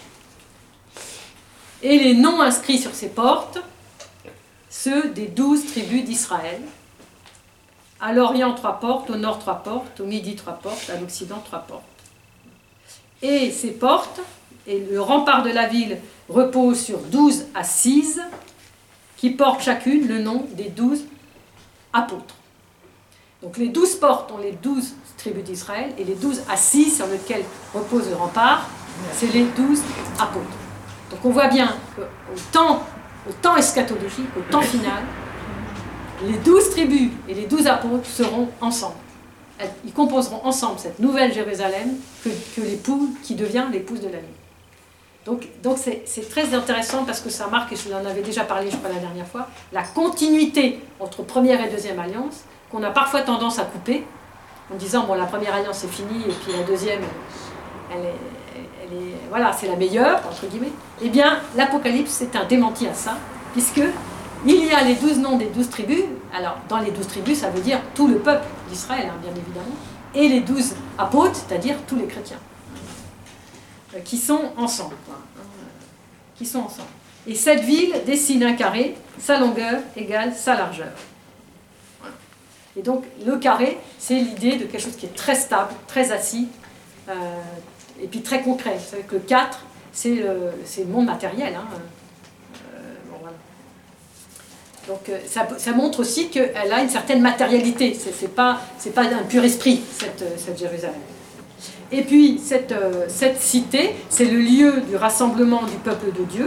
Et les noms inscrits sur ces portes, ceux des 12 tribus d'Israël. À l'Orient, 3 portes, au Nord, 3 portes, au Midi, 3 portes, à l'Occident, 3 portes. Et ces portes, et le rempart de la ville repose sur 12 assises qui portent chacune le nom des 12 apôtres. Donc les 12 portes ont les 12 tribus d'Israël et les 12 assises sur lesquelles repose le rempart, c'est les 12 apôtres. Donc on voit bien qu'au temps eschatologique, au temps final, les 12 tribus et les 12 apôtres seront ensemble. Ils composeront ensemble cette nouvelle Jérusalem que l'époux qui devient l'épouse de l'agneau. Donc c'est très intéressant parce que ça marque, et je vous en avais déjà parlé je crois la dernière fois, la continuité entre première et deuxième alliance qu'on a parfois tendance à couper en disant bon la première alliance c'est fini et puis la deuxième voilà c'est la meilleure entre guillemets. Eh bien l'Apocalypse c'est un démenti à ça puisque il y a les 12 noms des 12 tribus. Alors, dans les 12 tribus, ça veut dire tout le peuple d'Israël, hein, bien évidemment, et les 12 apôtres, c'est-à-dire tous les chrétiens, qui sont ensemble. Quoi, qui sont ensemble. Et cette ville dessine un carré, sa longueur égale sa largeur. Voilà. Et donc, le carré, c'est l'idée de quelque chose qui est très stable, très assis, et puis très concret. Vous savez que le 4, c'est le monde matériel, hein, donc ça montre aussi qu'elle a une certaine matérialité, c'est pas un pur esprit, cette Jérusalem. Et puis cette cité, c'est le lieu du rassemblement du peuple de Dieu,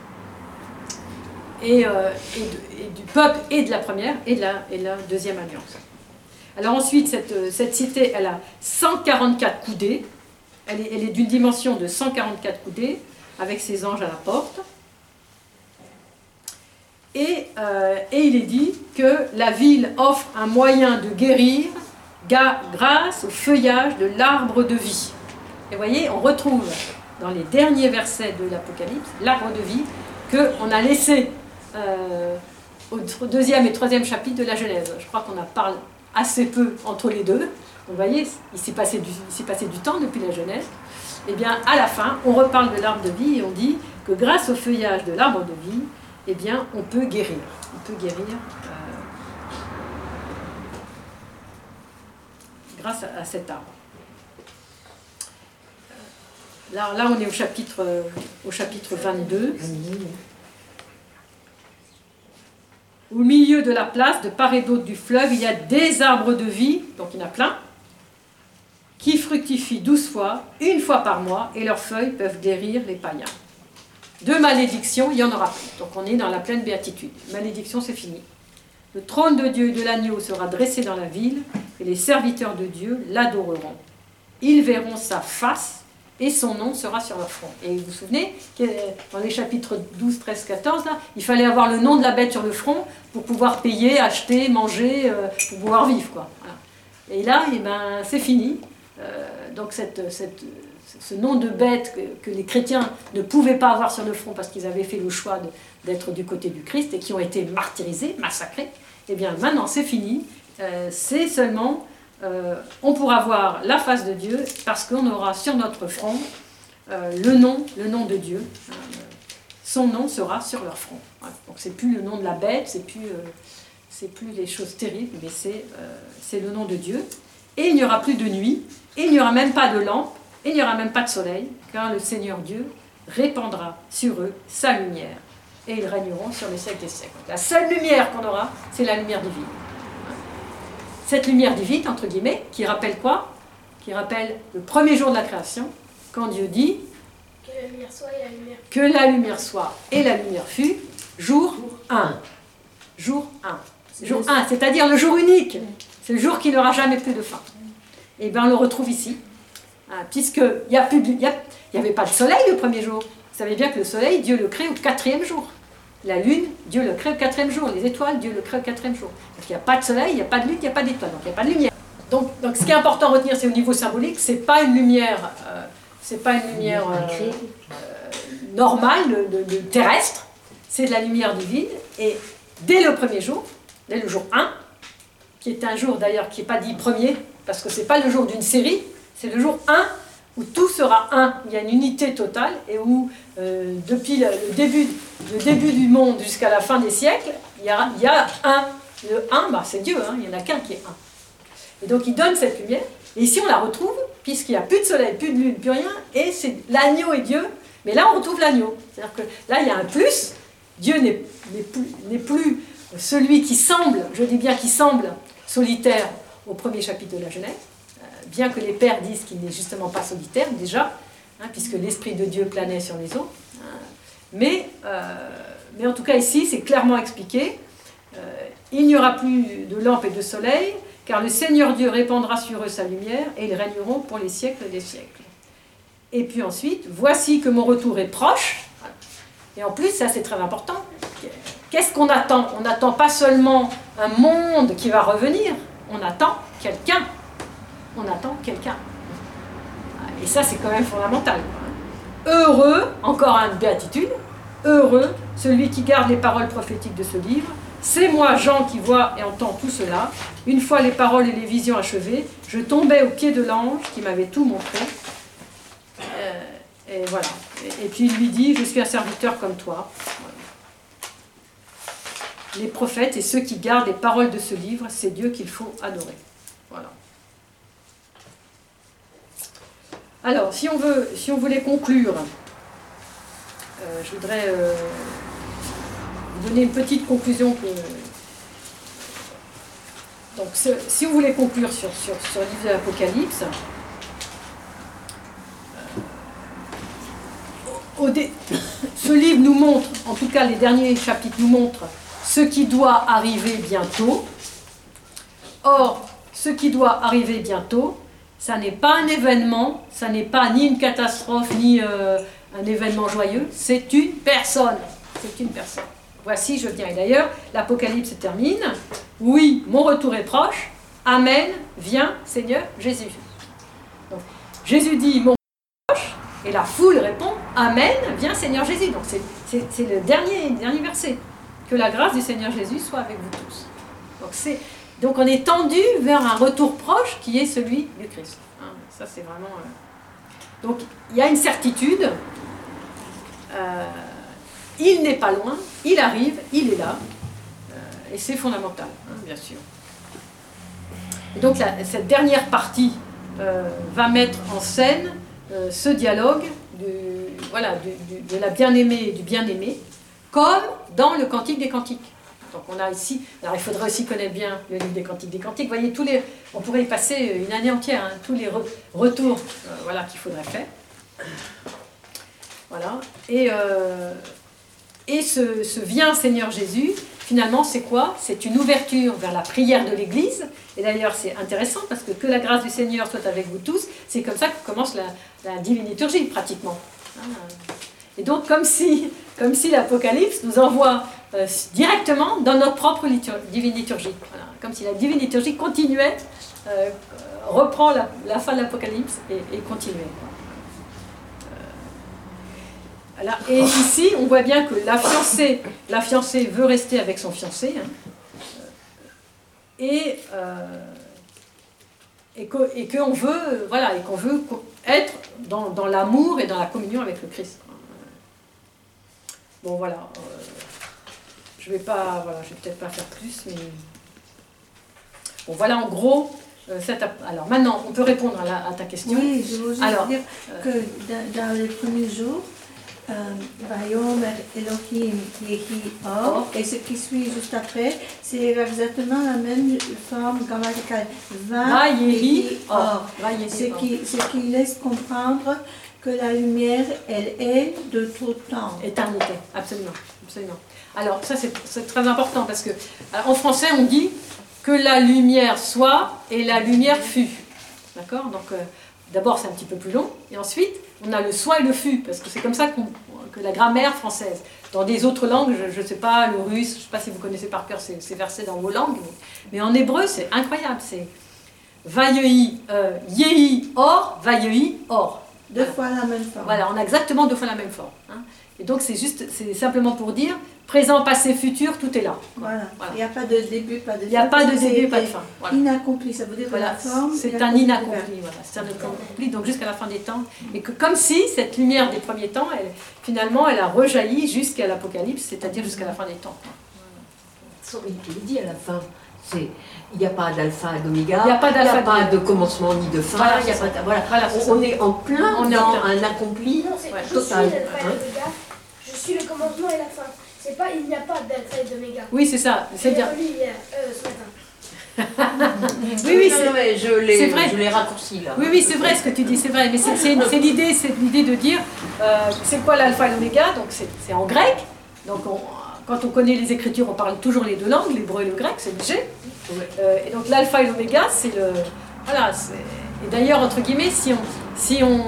et du peuple et de la première et de la deuxième alliance. Alors ensuite, cette cité, elle a 144 coudées, elle est d'une dimension de 144 coudées, avec ses anges à la porte. Et il est dit que la ville offre un moyen de guérir grâce au feuillage de l'arbre de vie. Et vous voyez, on retrouve dans les derniers versets de l'Apocalypse l'arbre de vie qu'on a laissé au deuxième et troisième chapitre de la Genèse. Je crois qu'on en parle assez peu entre les deux. Donc vous voyez, il s'est passé du temps depuis la Genèse. Et bien à la fin, on reparle de l'arbre de vie et on dit que grâce au feuillage de l'arbre de vie, eh bien, on peut guérir. On peut guérir grâce à cet arbre. Là, on est au chapitre 22. Au milieu de la place, de part et d'autre du fleuve, il y a des arbres de vie, donc il y en a plein, qui fructifient 12 fois, une fois par mois, et leurs feuilles peuvent guérir les païens. De malédiction, il y en aura plus. Donc on est dans la pleine béatitude. Malédiction, c'est fini. Le trône de Dieu et de l'agneau sera dressé dans la ville, et les serviteurs de Dieu l'adoreront. Ils verront sa face, et son nom sera sur leur front. Et vous vous souvenez, dans les chapitres 12, 13, 14, là, il fallait avoir le nom de la bête sur le front pour pouvoir payer, acheter, manger, pour pouvoir vivre, quoi. Voilà. Et là, eh ben, c'est fini. Donc ce nom de bête que les chrétiens ne pouvaient pas avoir sur le front parce qu'ils avaient fait le choix d'être du côté du Christ et qui ont été martyrisés, massacrés, eh bien maintenant c'est fini, c'est seulement, on pourra voir la face de Dieu parce qu'on aura sur notre front le nom de Dieu, son nom sera sur leur front. Voilà. Donc c'est plus le nom de la bête, c'est plus les choses terribles, mais c'est le nom de Dieu. Et il n'y aura plus de nuit, et il n'y aura même pas de lampe, et il n'y aura même pas de soleil, car le Seigneur Dieu répandra sur eux sa lumière, et ils régneront sur les siècles des siècles. La seule lumière qu'on aura, c'est la lumière divine. Cette lumière divine, entre guillemets, qui rappelle quoi? Qui rappelle le premier jour de la création, quand Dieu dit que la lumière soit et la lumière que la lumière soit et la lumière fut, jour 1. Jour 1. Jour 1, c'est-à-dire le jour unique. C'est le jour qui n'aura jamais plus de fin. Et bien on le retrouve ici. Puisqu'il n'y avait pas de soleil le premier jour. Vous savez bien que le soleil, Dieu le crée au 4e jour. La lune, Dieu le crée au 4e jour. Les étoiles, Dieu le crée au 4e jour. Donc il n'y a pas de soleil, il n'y a pas de lune, il n'y a pas d'étoiles. Donc il n'y a pas de lumière. Donc ce qui est important à retenir, c'est au niveau symbolique, c'est pas une lumière, normale, de terrestre. C'est de la lumière divine. Et dès le premier jour, dès le jour 1, qui est un jour d'ailleurs qui n'est pas dit premier, parce que ce n'est pas le jour d'une série, c'est le jour 1 où tout sera 1, où il y a une unité totale et où depuis le début du monde jusqu'à la fin des siècles, il y a 1. Le 1, c'est Dieu, il n'y en a qu'un qui est 1. Et donc il donne cette lumière, et ici on la retrouve, puisqu'il n'y a plus de soleil, plus de lune, plus rien, et c'est l'agneau et Dieu, mais là on retrouve l'agneau. C'est-à-dire que là il y a un plus, Dieu n'est plus celui qui semble, je dis bien qui semble, solitaire au premier chapitre de la Genèse, bien que les pères disent qu'il n'est justement pas solitaire déjà, puisque l'Esprit de Dieu planait sur les eaux. Mais en tout cas ici, c'est clairement expliqué. Il n'y aura plus de lampe et de soleil, car le Seigneur Dieu répandra sur eux sa lumière, et ils régneront pour les siècles des siècles. Et puis ensuite, voici que mon retour est proche. Et en plus, ça c'est très important. Qu'est-ce qu'on attend? On n'attend pas seulement un monde qui va revenir, on attend quelqu'un. On attend quelqu'un. Et ça, c'est quand même fondamental. Heureux, encore une béatitude, heureux, celui qui garde les paroles prophétiques de ce livre. C'est moi, Jean, qui vois et entends tout cela. Une fois les paroles et les visions achevées, je tombais aux pieds de l'ange qui m'avait tout montré. Et voilà. Et puis il lui dit, je suis un serviteur comme toi. Voilà. Les prophètes et ceux qui gardent les paroles de ce livre, c'est Dieu qu'il faut adorer. Voilà. Alors, si on voulait conclure, je voudrais vous donner une petite conclusion. Donc, si vous voulez conclure sur le livre de l'Apocalypse, ce livre nous montre, en tout cas les derniers chapitres nous montrent ce qui doit arriver bientôt. Or, ce qui doit arriver bientôt, ça n'est pas un événement, ça n'est pas ni une catastrophe, ni un événement joyeux, c'est une personne. C'est une personne. Voici, je viens. Et d'ailleurs, l'Apocalypse se termine. Oui, mon retour est proche. Amen, viens, Seigneur Jésus. Donc, Jésus dit, mon retour est proche, et la foule répond, Amen, viens, Seigneur Jésus. Donc, c'est le dernier verset. Que la grâce du Seigneur Jésus soit avec vous tous. Donc on est tendu vers un retour proche qui est celui du Christ. Ça c'est vraiment... Donc il y a une certitude, il n'est pas loin, il arrive, il est là, et c'est fondamental, bien sûr. Et donc cette dernière partie va mettre en scène ce dialogue de la bien-aimée et du bien-aimé, comme dans le Cantique des Cantiques. Donc on a ici, alors il faudrait aussi connaître bien le livre des Cantiques des Cantiques. Vous voyez, on pourrait y passer une année entière, tous les retours qu'il faudrait faire. Voilà. Et ce Viens Seigneur Jésus, finalement c'est quoi? C'est une ouverture vers la prière de l'Église. Et d'ailleurs c'est intéressant parce que la grâce du Seigneur soit avec vous tous, c'est comme ça que commence la divine liturgie pratiquement. Et donc comme si l'Apocalypse nous envoie directement dans notre propre divine liturgie. Voilà. Comme si la divine liturgie continuait, reprend la fin de l'Apocalypse et continuait. Voilà. Et ici, on voit bien que la fiancée veut rester avec son fiancé, et qu'on veut, qu'on veut être dans l'amour et dans la communion avec le Christ. Bon, voilà. Je vais peut-être pas faire plus, mais... Bon, voilà, en gros... Alors, maintenant, on peut répondre à ta question. Oui, je veux juste dire que dans les premiers jours, Vayomer Elohim Yehi Or, et ce qui suit juste après, c'est exactement la même forme grammaticale. Va Yehi Or. Ce qui laisse comprendre que la lumière, elle est de tout temps. Éternité, absolument, absolument. Alors ça c'est très important parce que en français on dit que la lumière soit et la lumière fut. D'accord? Donc d'abord c'est un petit peu plus long et ensuite on a le soit et le fut parce que c'est comme ça que la grammaire française. Dans des autres langues, je ne sais pas, le russe, je ne sais pas si vous connaissez par cœur ces versets dans vos langues, mais en hébreu c'est incroyable, c'est vayehi, yehi, or, vayehi, or. Deux fois la même forme. Voilà, on a exactement 2 fois la même forme. Hein. Et donc c'est simplement pour dire présent, passé, futur, tout est là. Voilà. Il n'y a pas de début, pas de fin. Il n'y a pas de début, pas de fin. Voilà. Inaccompli, ça veut dire que la forme. C'est un inaccompli. Voilà. C'est un inaccompli, donc jusqu'à la fin des temps. Et que comme si cette lumière des premiers temps, finalement, elle a rejailli jusqu'à l'Apocalypse, c'est-à-dire jusqu'à la fin des temps. Il te le dit à la fin. Il n'y a pas d'alpha et d'oméga, il n'y a pas de commencement ni de fin. Voilà, on est en plein dans un accompli non, c'est total. Je suis l'alpha et l'oméga, je suis le commencement et la fin. C'est pas il n'y a pas d'alpha et d'oméga. Oui, c'est ça. C'est-à-dire hier, ce matin. Oui, je l'ai raccourci là. Oui, c'est vrai ce que tu dis, c'est vrai. Mais c'est l'idée de dire, c'est quoi l'alpha et l'oméga? Donc c'est en grec. Donc quand on connaît les écritures, on parle toujours les 2 langues, l'hébreu et le grec, c'est obligé. Et donc l'alpha et l'oméga, c'est le... Voilà, et d'ailleurs, entre guillemets, si on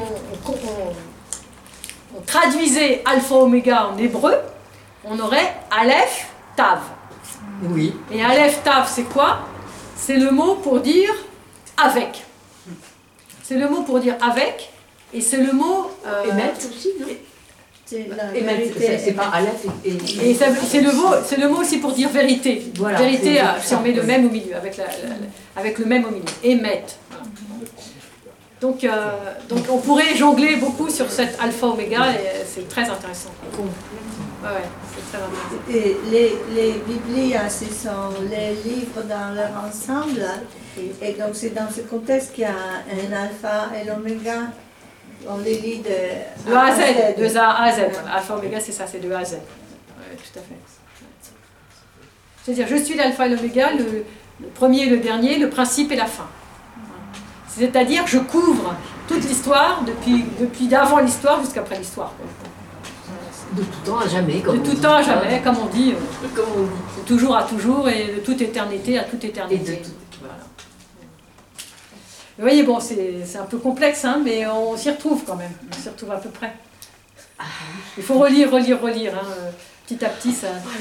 traduisait alpha oméga en hébreu, on aurait Aleph, Tav. Oui. Et Aleph, Tav, c'est quoi? C'est le mot pour dire avec. C'est le mot pour dire avec, et c'est le mot... émettre aussi, non? Émettre, c'est pas Aleph et c'est le mot aussi pour dire vérité. Voilà, vérité, si on met le même au milieu, avec le même au milieu. Émettre. Donc on pourrait jongler beaucoup sur cette alpha-oméga et c'est très intéressant. Ouais, c'est très intéressant. Et les Biblias, ce sont les livres dans leur ensemble. Et donc c'est dans ce contexte qu'il y a un alpha et l'oméga. On les lit de A à Z, de A à Z. Alpha, oméga, c'est ça, c'est de A à Z. Oui, tout à fait. C'est-à-dire, je suis l'alpha et l'oméga, le premier et le dernier, le principe et la fin. C'est-à-dire, je couvre toute l'histoire, depuis d'avant l'histoire jusqu'après l'histoire. De tout temps à jamais, comme on dit. De tout temps à jamais, comme on dit. Comme on dit. De toujours à toujours et de toute éternité à toute éternité. Voilà. Vous voyez, bon, c'est un peu complexe, hein, mais on s'y retrouve quand même. On s'y retrouve à peu près. Il faut relire, hein, petit à petit, ça...